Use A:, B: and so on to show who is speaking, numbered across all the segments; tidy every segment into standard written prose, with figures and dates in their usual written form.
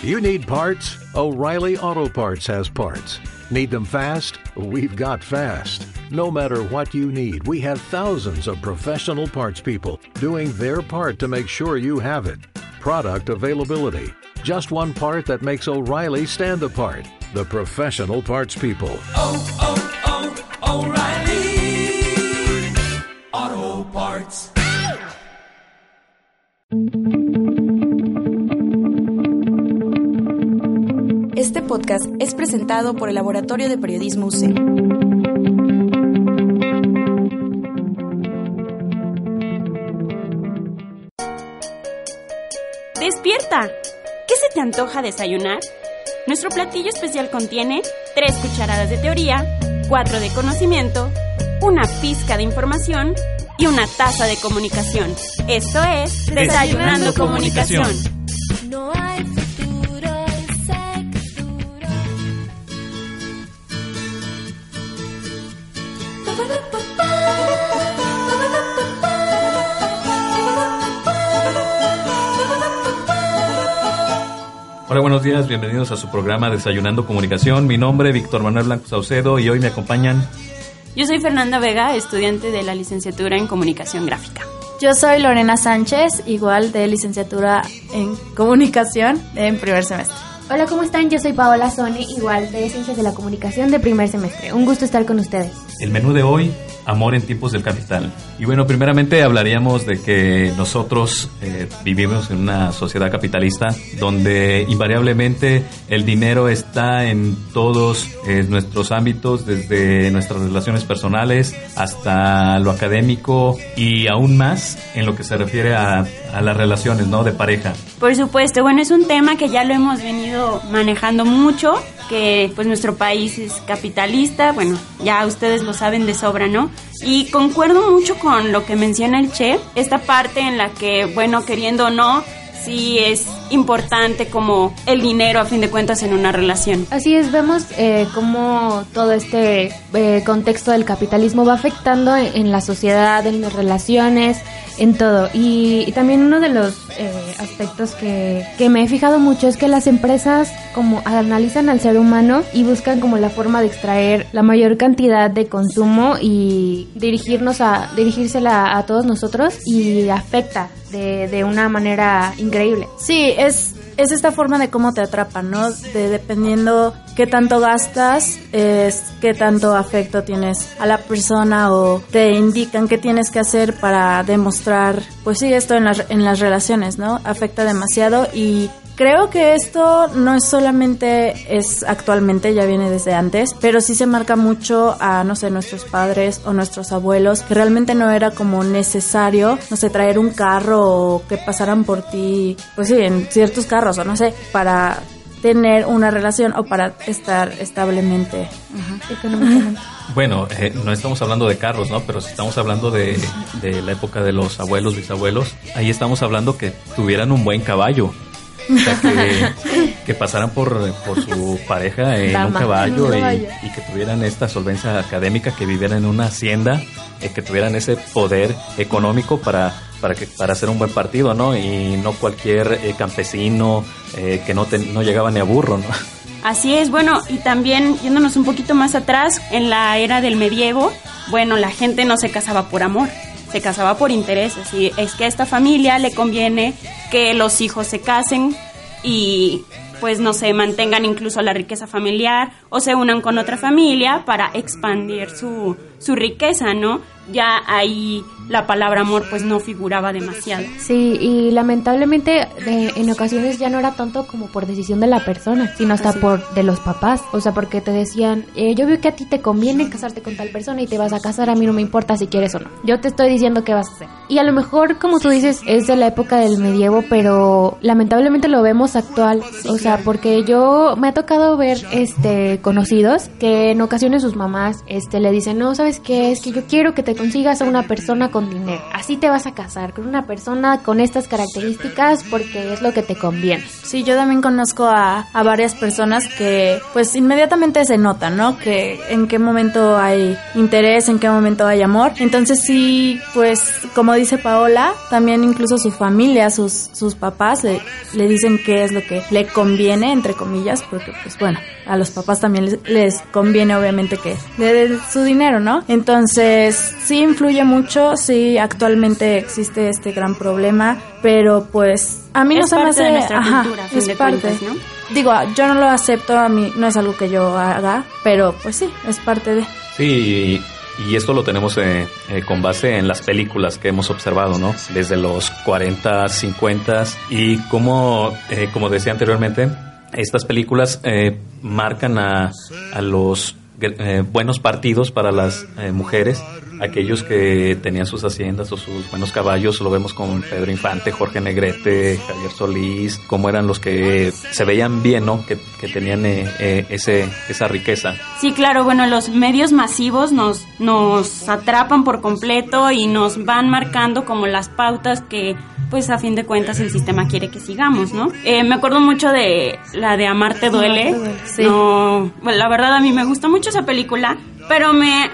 A: You need parts? O'Reilly Auto Parts has parts. Need them fast? We've got fast. No matter what you need, we have thousands of professional parts people doing their part to make sure you have it. Product availability. Just one part that makes O'Reilly stand apart. The professional parts people.
B: O'Reilly Auto Parts.
C: Este podcast es presentado por el Laboratorio de Periodismo UC.
D: ¡Despierta! ¿Qué se te antoja desayunar? Nuestro platillo especial contiene 3 cucharadas de teoría, 4 de conocimiento, una pizca de información y una taza de comunicación. Esto es Desayunando Comunicación.
E: No hay futuro, futuro.
F: Hola, buenos días, bienvenidos a su programa Desayunando Comunicación. Mi nombre es Víctor Manuel Blanco Saucedo y hoy me acompañan...
D: Yo soy Fernanda Vega, estudiante de la licenciatura en Comunicación Gráfica.
G: Yo soy Lorena Sánchez, igual de licenciatura en Comunicación en primer semestre.
H: Hola, ¿cómo están? Yo soy Paola Sone, igual de Ciencias de la Comunicación de primer semestre. Un gusto estar con ustedes.
F: El menú de hoy, amor en tiempos del capital. Y bueno, primeramente hablaríamos de que nosotros vivimos en una sociedad capitalista donde invariablemente el dinero está en todos nuestros ámbitos, desde nuestras relaciones personales hasta lo académico y aún más en lo que se refiere a las relaciones, ¿no?, de pareja.
D: Por supuesto, bueno, es un tema que ya lo hemos venido manejando mucho, que pues nuestro país es capitalista, bueno, ya ustedes lo saben de sobra, ¿no? Y concuerdo mucho con lo que menciona el Che, esta parte en la que, bueno, queriendo o no, sí es importante como el dinero a fin de cuentas en una relación.
H: Así es, vemos cómo todo este contexto del capitalismo va afectando en la sociedad, en las relaciones, en todo. Y también uno de los aspectos que me he fijado mucho es que las empresas como analizan al ser humano y buscan como la forma de extraer la mayor cantidad de consumo y dirigírsela a todos nosotros, y afecta de una manera increíble.
G: Sí, es esta forma de cómo te atrapan, ¿no? Dependiendo qué tanto gastas, qué tanto afecto tienes a la persona, o te indican qué tienes que hacer para demostrar, pues sí, esto en las relaciones, ¿no? Afecta demasiado, y creo que esto no es solamente actualmente, ya viene desde antes, pero sí se marca mucho a, no sé, nuestros padres o nuestros abuelos, que realmente no era como necesario, no sé, traer un carro o que pasaran por ti, pues sí, en ciertos carros, o no sé, para tener una relación o para estar establemente económicamente.
F: Bueno, no estamos hablando de carros, ¿no? Pero si estamos hablando de la época de los abuelos, bisabuelos, ahí estamos hablando que tuvieran un buen caballo. O sea, que pasaran por su pareja en un caballo y que tuvieran esta solvencia académica, que vivieran en una hacienda, que tuvieran ese poder económico para hacer un buen partido, ¿no? Y no cualquier campesino que no llegaba ni a burro, ¿no?
D: Así es, bueno, y también yéndonos un poquito más atrás, en la era del medievo, bueno, la gente no se casaba por amor, se casaba por intereses, y es que a esta familia le conviene que los hijos se casen y pues no sé, mantengan incluso la riqueza familiar o se unan con otra familia para expandir su riqueza, ¿no? Ya ahí la palabra amor pues no figuraba demasiado.
H: Sí, y lamentablemente en ocasiones ya no era tanto como por decisión de la persona, sino hasta de los papás. O sea, porque te decían, yo veo que a ti te conviene casarte con tal persona y te vas a casar, a mí no me importa si quieres o no. Yo te estoy diciendo qué vas a hacer. Y a lo mejor, como tú dices, es de la época del medievo, pero lamentablemente lo vemos actual. Sí, o sea, porque yo me ha tocado ver conocidos que en ocasiones sus mamás le dicen, no, ¿sabes qué? Es que yo quiero que te te consigas a una persona con dinero. Así te vas a casar con una persona con estas características porque es lo que te conviene.
G: Sí, yo también conozco a varias personas que pues inmediatamente se nota, ¿no? Que en qué momento hay interés, en qué momento hay amor. Entonces sí, pues como dice Paola, también incluso su familia, sus papás le dicen qué es lo que le conviene, entre comillas, porque pues bueno, a los papás también les conviene obviamente que le den su dinero, ¿no? Entonces sí influye mucho, sí actualmente existe este gran problema, pero pues a mí no se me hace...
D: Es parte de nuestra cultura, a fin
G: es
D: de
G: parte,
D: cuentas, ¿no?
G: Digo, yo no lo acepto, a mí no es algo que yo haga, pero pues sí, es parte de...
F: Sí, y esto lo tenemos con base en las películas que hemos observado, ¿no? Desde los 40, 50 y como decía anteriormente, estas películas marcan a los buenos partidos para las mujeres, aquellos que tenían sus haciendas o sus buenos caballos. Lo vemos con Pedro Infante, Jorge Negrete, Javier Solís, como eran los que se veían bien, ¿no? Que tenían esa riqueza.
D: Sí, claro, bueno, los medios masivos nos atrapan por completo y nos van marcando como las pautas que pues a fin de cuentas el sistema quiere que sigamos, ¿no? Me acuerdo mucho de la de Amarte Duele.
G: Sí.
D: No, bueno, la verdad a mí me gusta mucho esa película, pero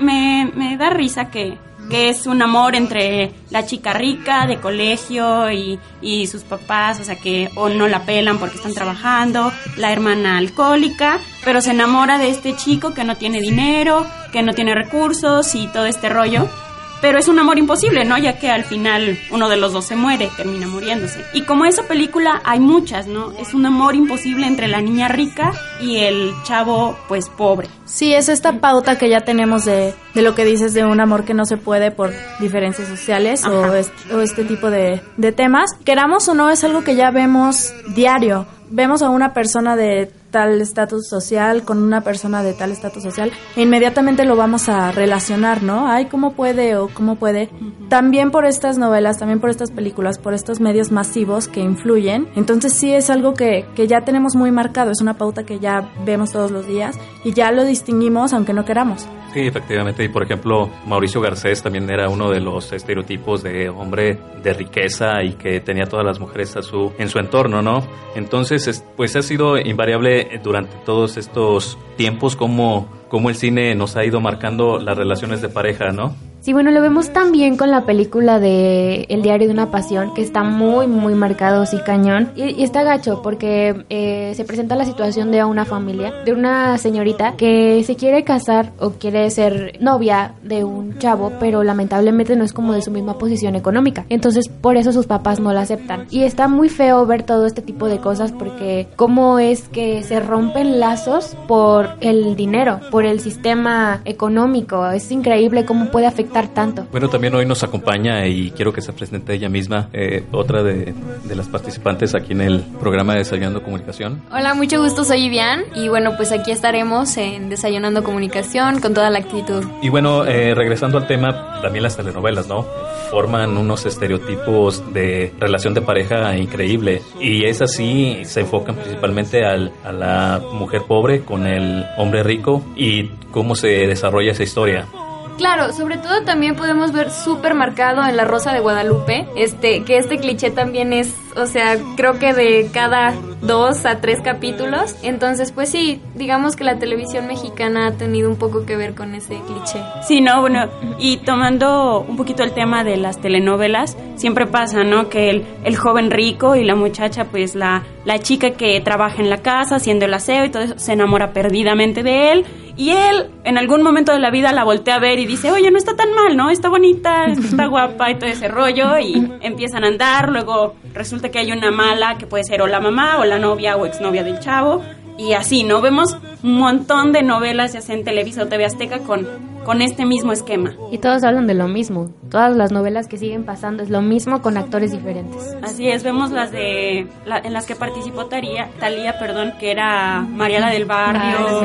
D: me da risa que es un amor entre la chica rica de colegio y sus papás, o sea que o no la pelan porque están trabajando, la hermana alcohólica, pero se enamora de este chico que no tiene dinero, que no tiene recursos y todo este rollo. Pero es un amor imposible, ¿no? Ya que al final uno de los dos se muere, termina muriéndose. Y como esa película hay muchas, ¿no? Es un amor imposible entre la niña rica y el chavo, pues, pobre.
G: Sí, es esta pauta que ya tenemos de lo que dices de un amor que no se puede por diferencias sociales o este tipo de temas. Queramos o no, es algo que ya vemos diario. Vemos a una persona de tal estatus social con una persona de tal estatus social e inmediatamente lo vamos a relacionar, ¿no? Ay, ¿cómo puede o cómo puede? También por estas novelas, también por estas películas, por estos medios masivos que influyen. Entonces sí es algo que ya tenemos muy marcado, es una pauta que ya vemos todos los días y ya lo distinguimos aunque no queramos.
F: Sí, efectivamente. Y por ejemplo, Mauricio Garcés también era uno de los estereotipos de hombre de riqueza y que tenía todas las mujeres en su entorno, ¿no? Entonces, pues ha sido invariable durante todos estos tiempos como el cine nos ha ido marcando las relaciones de pareja, ¿no?
H: Sí, bueno, lo vemos también con la película de El diario de una pasión, que está muy, muy marcado, sí, cañón. Y está gacho porque se presenta la situación de una familia, de una señorita que se quiere casar o quiere ser novia de un chavo, pero lamentablemente no es como de su misma posición económica. Entonces, por eso sus papás no la aceptan. Y está muy feo ver todo este tipo de cosas porque cómo es que se rompen lazos por el dinero, por el sistema económico. Es increíble cómo puede afectar tanto.
F: Bueno, también hoy nos acompaña y quiero que se presente ella misma, otra de las participantes aquí en el programa de Desayunando Comunicación.
I: Hola, mucho gusto, soy Vivian y bueno, pues aquí estaremos en Desayunando Comunicación con toda la actitud.
F: Y bueno, regresando al tema, también las telenovelas, ¿no? Forman unos estereotipos de relación de pareja increíble y es así, se enfocan principalmente a la mujer pobre con el hombre rico y cómo se desarrolla esa historia.
I: Claro, sobre todo también podemos ver súper marcado en La Rosa de Guadalupe, que este cliché también es, o sea, creo que de cada 2 a 3 capítulos. Entonces, pues sí, digamos que la televisión mexicana ha tenido un poco que ver con ese cliché.
D: Sí, no, bueno, y tomando un poquito el tema de las telenovelas, siempre pasa, ¿no? Que el joven rico y la muchacha, pues la chica que trabaja en la casa haciendo el aseo y todo eso, se enamora perdidamente de él. Y él, en algún momento de la vida, la voltea a ver y dice, oye, no está tan mal, ¿no? Está bonita, está guapa y todo ese rollo. Y empiezan a andar, luego resulta que hay una mala que puede ser o la mamá o la novia o exnovia del chavo. Y así, ¿no? Vemos un montón de novelas, ya sea en Televisa o TV Azteca, con este mismo esquema.
H: Y todos hablan de lo mismo. Todas las novelas que siguen pasando es lo mismo con actores diferentes.
D: Así es, vemos en las que participó Talía, que era Mariela del Barrio.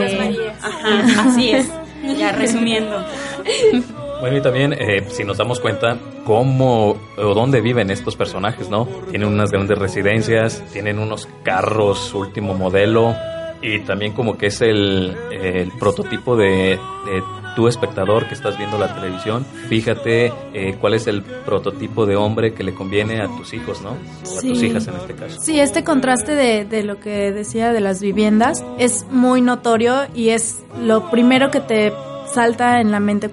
D: Ajá, así es, ya resumiendo.
F: Bueno, y también si nos damos cuenta cómo o dónde viven estos personajes, ¿no? Tienen unas grandes residencias, tienen unos carros último modelo y también como que es el prototipo de tú espectador que estás viendo la televisión, fíjate cuál es el prototipo de hombre que le conviene a tus hijos, ¿no? O a tus hijas en este caso.
G: Sí, este contraste de lo que decía de las viviendas es muy notorio y es lo primero que te salta en la mente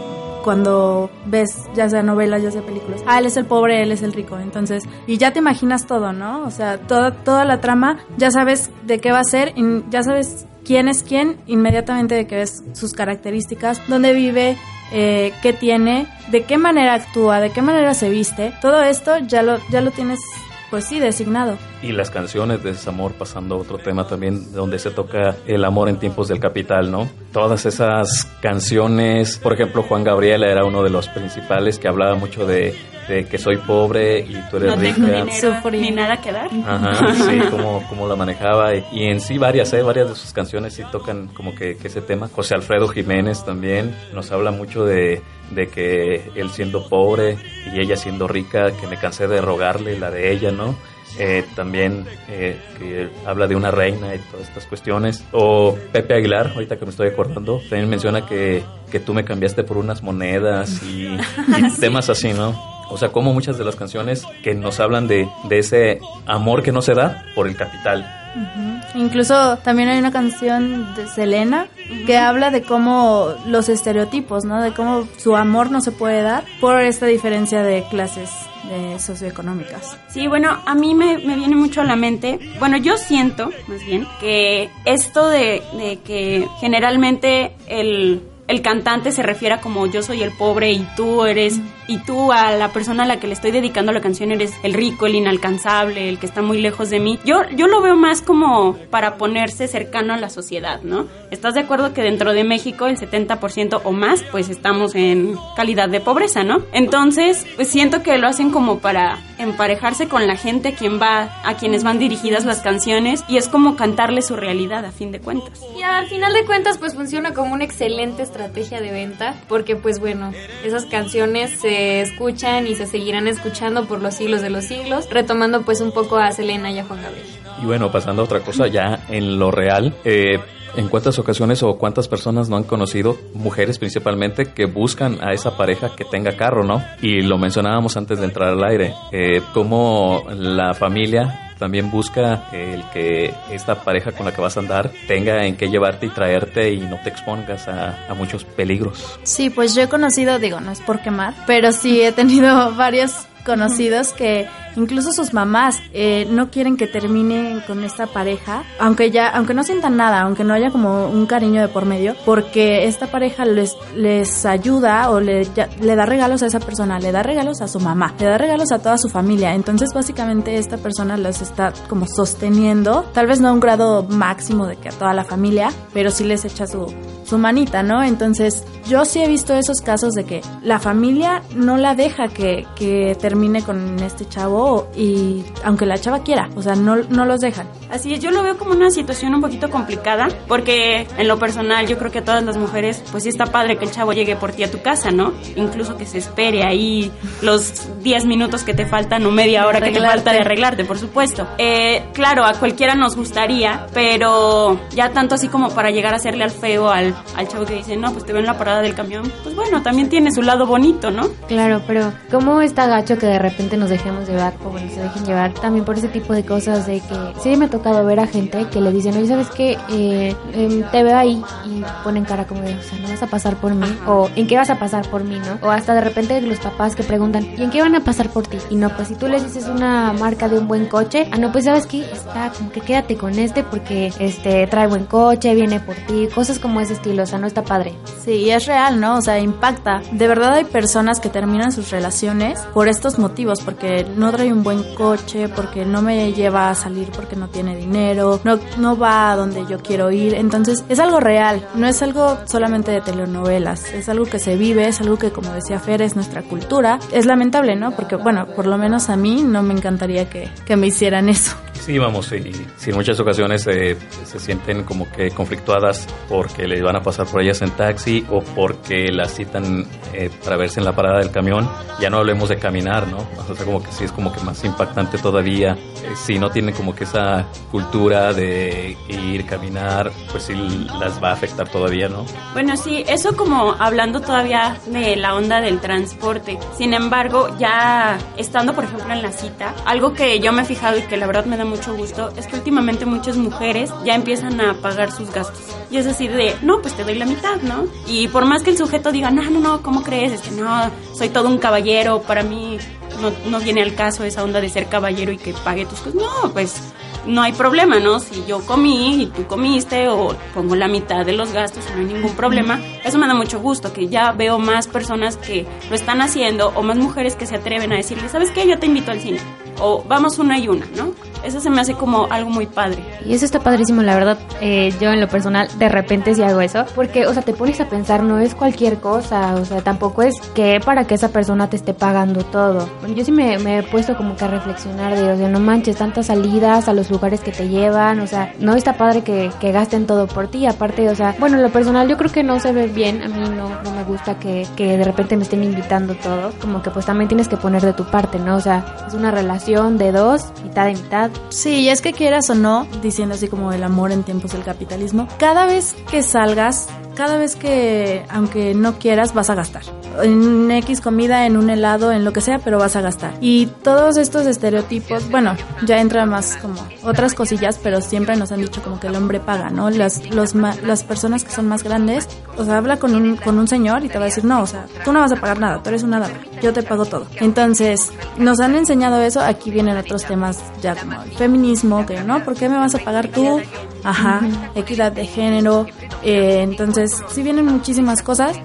G: cuando ves ya sea novelas, ya sea películas. Él es el pobre, él es el rico. Entonces, y ya te imaginas todo, ¿no? O sea, toda la trama, ya sabes de qué va a ser, y ya sabes quién es quién inmediatamente de que ves sus características, dónde vive, qué tiene, de qué manera actúa, de qué manera se viste. Todo esto ya lo tienes, pues sí, designado.
F: Y las canciones de desamor, pasando a otro tema también, donde se toca el amor en tiempos del capital, ¿no? Todas esas canciones, por ejemplo, Juan Gabriel era uno de los principales que hablaba mucho de que soy pobre y tú eres rica.
D: No tengo dinero ni nada que dar.
F: Ajá, sí, cómo la manejaba. Y en sí varias de sus canciones sí tocan como que ese tema. José Alfredo Jiménez también nos habla mucho de que él siendo pobre y ella siendo rica, que me cansé de rogarle la de ella, ¿no? También que habla de una reina y todas estas cuestiones. O Pepe Aguilar, ahorita que me estoy acordando, también menciona que tú me cambiaste por unas monedas y temas así, ¿no? O sea, como muchas de las canciones que nos hablan de ese amor que no se da por el capital.
G: Uh-huh. Incluso también hay una canción de Selena que habla de cómo los estereotipos, ¿no? De cómo su amor no se puede dar por esta diferencia de clases socioeconómicas.
D: Sí, bueno, a mí me viene mucho a la mente, bueno, yo siento, más bien, que esto de que generalmente el cantante se refiere a como yo soy el pobre y tú a la persona a la que le estoy dedicando la canción eres el rico, el inalcanzable, el que está muy lejos de mí. Yo lo veo más como para ponerse cercano a la sociedad, ¿no? ¿Estás de acuerdo que dentro de México el 70% o más pues estamos en calidad de pobreza, ¿no? Entonces, pues siento que lo hacen como para emparejarse con la gente a quienes van dirigidas las canciones, y es como cantarle su realidad a fin de cuentas.
I: Y al final de cuentas pues funciona como una excelente estrategia de venta, porque pues bueno, esas canciones se escuchan y se seguirán escuchando por los siglos de los siglos, retomando pues un poco a Selena y a Juan Gabriel.
F: Y bueno, pasando a otra cosa ya en lo real, ¿en cuántas ocasiones o cuántas personas no han conocido, mujeres principalmente, que buscan a esa pareja que tenga carro, ¿no? Y lo mencionábamos antes de entrar al aire, cómo la familia también busca el que esta pareja con la que vas a andar tenga en qué llevarte y traerte y no te expongas a muchos peligros.
G: Sí, pues yo he conocido, digo, no es por quemar, pero sí he tenido varios conocidos que incluso sus mamás no quieren que terminen con esta pareja, aunque no sientan nada, aunque no haya como un cariño de por medio, porque esta pareja les ayuda o le da regalos a esa persona, le da regalos a su mamá, le da regalos a toda su familia. Entonces básicamente esta persona los está como sosteniendo, tal vez no a un grado máximo de que a toda la familia, pero sí les echa su manita, ¿no? Entonces yo sí he visto esos casos de que la familia no la deja que termine con este chavo, y aunque la chava quiera, o sea, no los dejan.
D: Así es, yo lo veo como una situación un poquito complicada, porque en lo personal yo creo que a todas las mujeres pues sí está padre que el chavo llegue por ti a tu casa, ¿no? Incluso que se espere ahí los 10 minutos que te faltan o media hora que te falta de arreglarte, por supuesto. Claro, a cualquiera nos gustaría, pero ya tanto así como para llegar a hacerle al feo al chavo que dice, no, pues te veo en la parada del camión, pues bueno, también tiene su lado bonito, ¿no?
H: Claro, pero ¿cómo está gacho que de repente nos dejemos llevar, o bueno, se dejen llevar también por ese tipo de cosas? De que sí me ha tocado ver a gente que le dicen, oye, ¿sabes qué? Te veo ahí, y ponen cara como de, o sea, ¿no vas a pasar por mí? O ¿en qué vas a pasar por mí, no? O hasta de repente los papás que preguntan, ¿y en qué van a pasar por ti? Y no, pues si tú les dices una marca de un buen coche, no, pues ¿sabes qué? Está como que quédate con porque trae buen coche, viene por ti, cosas como ese estilo, o sea, no está padre.
G: Sí, y es real, ¿no? O sea, impacta. De verdad hay personas que terminan sus relaciones por estos motivos, porque no trae un buen coche, porque no me lleva a salir porque no tiene dinero, no va a donde yo quiero ir. Entonces, es algo real, no es algo solamente de telenovelas, es algo que se vive, es algo que, como decía Fer, es nuestra cultura. Es lamentable, ¿no? Porque, bueno, por lo menos a mí no me encantaría que me hicieran eso.
F: Sí, vamos, sí, en muchas ocasiones se sienten como que conflictuadas porque les van a pasar por ellas en taxi o porque las citan para verse en la parada del camión. Ya no hablemos de caminar, ¿no? O sea, como que sí es como que más impactante todavía. Si no tienen como que esa cultura de ir, caminar, pues sí las va a afectar todavía, ¿no?
D: Bueno, sí, eso como hablando todavía de la onda del transporte. Sin embargo, ya estando, por ejemplo, en la cita, algo que yo me he fijado y que la verdad me da mucho gusto es que últimamente muchas mujeres ya empiezan a pagar sus gastos. Y es decir, de, no, pues te doy la mitad, ¿no? Y por más que el sujeto diga, no, ¿cómo crees? No, soy todo un caballero, para mí no viene al caso esa onda de ser caballero y que pague tus cosas. No, pues no hay problema, ¿no? Si yo comí y tú comiste o pongo la mitad de los gastos, no hay ningún problema. Eso me da mucho gusto, que ya veo más personas que lo están haciendo o más mujeres que se atreven a decirle, ¿sabes qué? Yo te invito al cine. O vamos una y una, ¿no? Eso se me hace como algo muy padre.
H: Y eso está padrísimo, la verdad. Yo en lo personal de repente sí hago eso, porque, o sea, te pones a pensar, no es cualquier cosa, o sea, tampoco es que para que esa persona te esté pagando todo. Bueno, yo sí me he puesto como que a reflexionar de, o sea, no manches, tantas salidas a los lugares que te llevan, o sea, no está padre que gasten todo por ti. Aparte, o sea, bueno, en lo personal yo creo que no se ve bien, a mí no me gusta que de repente me estén invitando todo, como que pues también tienes que poner de tu parte, ¿no? O sea, es una relación de dos, mitad de mitad.
G: Sí, y es que quieras o no, diciendo así como el amor en tiempos del capitalismo, cada vez que salgas, cada vez que, aunque no quieras, vas a gastar. En X comida, en un helado, en lo que sea, pero vas a gastar. Y todos estos estereotipos, bueno, ya entra más como otras cosillas, pero siempre nos han dicho como que el hombre paga, ¿no? Las personas que son más grandes, o sea, habla con un señor y te va a decir, no, o sea, tú no vas a pagar nada, tú eres una dama, yo te pago todo. Entonces, nos han enseñado eso, aquí vienen otros temas ya como el feminismo, que no, ¿por qué me vas a pagar tú? Ajá, equidad de género, entonces, sí vienen muchísimas cosas,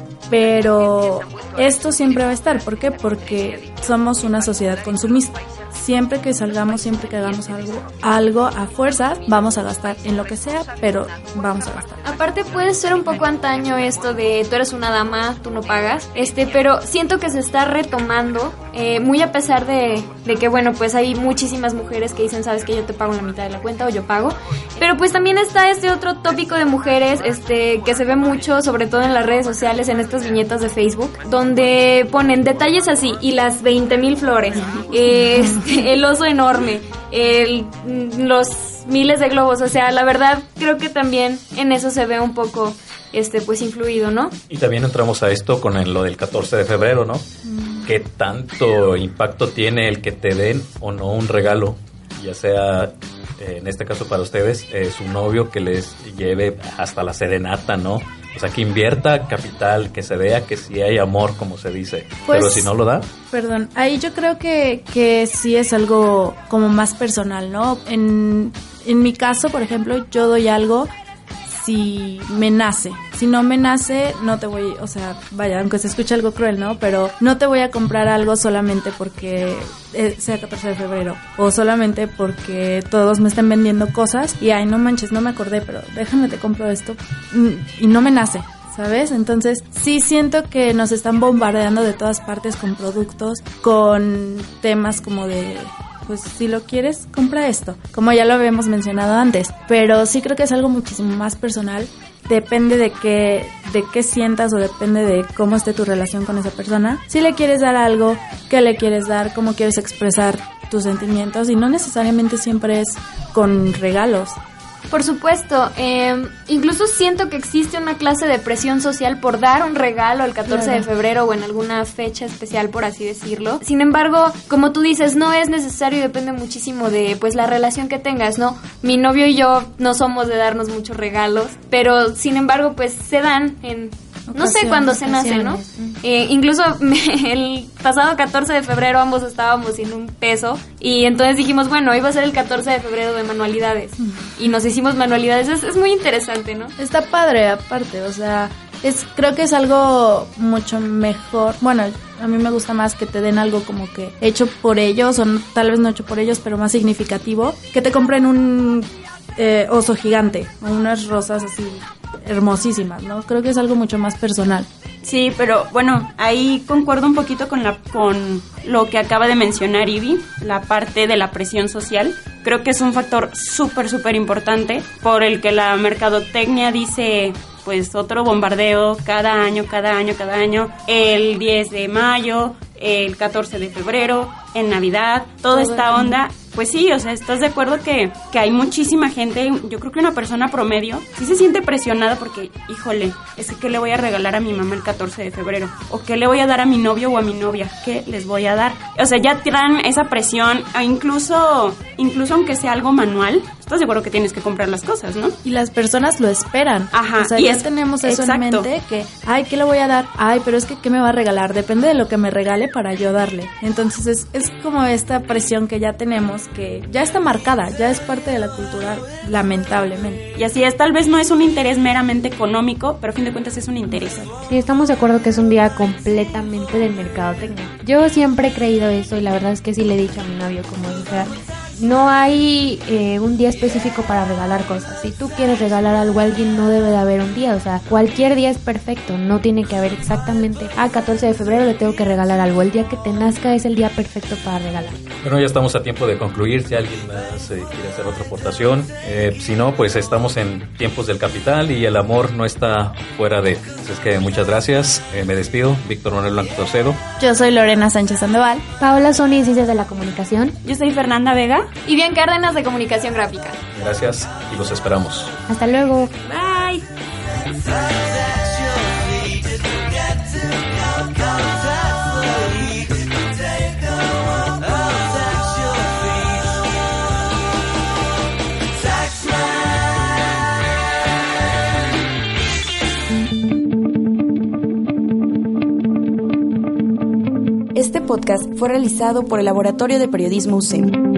G: pero esto siempre va a estar. ¿Por qué? Porque somos una sociedad consumista. Siempre que salgamos, siempre que hagamos algo a fuerza, vamos a gastar en lo que sea, pero vamos a gastar.
I: Aparte puede ser un poco antaño esto de tú eres una dama, tú no pagas, pero siento que se está retomando, muy a pesar de que, bueno, pues hay muchísimas mujeres que dicen, sabes que yo te pago la mitad de la cuenta o yo pago, pero pues también está este otro tópico de mujeres, que se ve mucho, sobre todo en las redes sociales, en estas viñetas de Facebook, donde ponen detalles así y las 20,000 flores, el oso enorme, los miles de globos, o sea, la verdad creo que también en eso se ve un poco pues influido, ¿no?
F: Y también entramos a esto con lo del 14 de febrero, ¿no? ¿Qué tanto impacto tiene el que te den o no un regalo? Ya sea, en este caso para ustedes, su novio que les lleve hasta la serenata, ¿no? O sea, que invierta capital, que se vea que sí hay amor, como se dice.
G: Pues,
F: pero si no lo da...
G: Perdón, ahí yo creo que sí es algo como más personal, ¿no? En mi caso, por ejemplo, yo doy algo si me nace. Si no me nace, no te voy, o sea, vaya, aunque se escuche algo cruel, ¿no? Pero no te voy a comprar algo solamente porque sea 14 de febrero o solamente porque todos me estén vendiendo cosas y, ay, no manches, no me acordé, pero déjame te compro esto y no me nace, ¿sabes? Entonces, sí siento que nos están bombardeando de todas partes con productos, con temas como de... pues si lo quieres, compra esto, como ya lo habíamos mencionado antes, pero sí creo que es algo muchísimo más personal, depende de qué sientas o depende de cómo esté tu relación con esa persona, si le quieres dar algo, qué le quieres dar, cómo quieres expresar tus sentimientos y no necesariamente siempre es con regalos.
I: Por supuesto, incluso siento que existe una clase de presión social por dar un regalo el 14 de febrero o en alguna fecha especial, por así decirlo. Sin embargo, como tú dices, no es necesario y depende muchísimo de pues la relación que tengas, ¿no? Mi novio y yo no somos de darnos muchos regalos, pero sin embargo pues se dan en... no sé cuándo se nace, ¿no? Incluso el pasado 14 de febrero ambos estábamos sin un peso y entonces dijimos, bueno, hoy va a ser el 14 de febrero de manualidades y nos hicimos manualidades. Es muy interesante, ¿no?
G: Está padre, aparte, o sea, creo que es algo mucho mejor. Bueno, a mí me gusta más que te den algo como que hecho por ellos o no, tal vez no hecho por ellos, pero más significativo, que te compren un oso gigante o unas rosas así hermosísimas, ¿no? Creo que es algo mucho más personal.
D: Sí, pero bueno, ahí concuerdo un poquito con lo que acaba de mencionar Ivy, la parte de la presión social. Creo que es un factor súper importante por el que la mercadotecnia dice, pues otro bombardeo cada año, el 10 de mayo, el 14 de febrero, en Navidad, toda esta onda. Pues sí, o sea, ¿estás de acuerdo que hay muchísima gente? Yo creo que una persona promedio sí se siente presionada porque, híjole, es que ¿qué le voy a regalar a mi mamá el 14 de febrero? ¿O qué le voy a dar a mi novio o a mi novia? ¿Qué les voy a dar? O sea, ya traen esa presión, incluso aunque sea algo manual, estás de acuerdo que tienes que comprar las cosas, ¿no?
G: Y las personas lo esperan.
D: Ajá.
G: O sea,
D: y
G: ya tenemos eso en mente que, ay, ¿qué le voy a dar? Ay, pero es que ¿qué me va a regalar? Depende de lo que me regale para yo darle. Entonces es como esta presión que ya tenemos, que ya está marcada, ya es parte de la cultura, lamentablemente.
D: Y así es, tal vez no es un interés meramente económico, pero a fin de cuentas es un interés.
H: Sí, estamos de acuerdo que es un día completamente del mercadotecnia. Yo siempre he creído eso y la verdad es que sí le he dicho a mi novio, como, o sea, no hay un día específico para regalar cosas. Si tú quieres regalar algo a alguien, no debe de haber un día. O sea, cualquier día es perfecto. No tiene que haber exactamente, 14 de febrero le tengo que regalar algo. El día que te nazca es el día perfecto para regalar.
F: Bueno, ya estamos a tiempo de concluir. Si alguien más quiere hacer otra aportación. Si no, pues estamos en tiempos del capital y el amor no está fuera de. Así es que muchas gracias. Me despido. Víctor Manuel Blanco Torcedo.
G: Yo soy Lorena Sánchez Sandoval.
H: Paola Sony, Ciencias de la Comunicación.
D: Yo soy Fernanda Vega.
I: Y Bian Cárdenas, de Comunicación Gráfica.
F: Gracias y los esperamos.
H: Hasta luego.
D: Bye.
C: Este podcast fue realizado por el Laboratorio de Periodismo UCEM.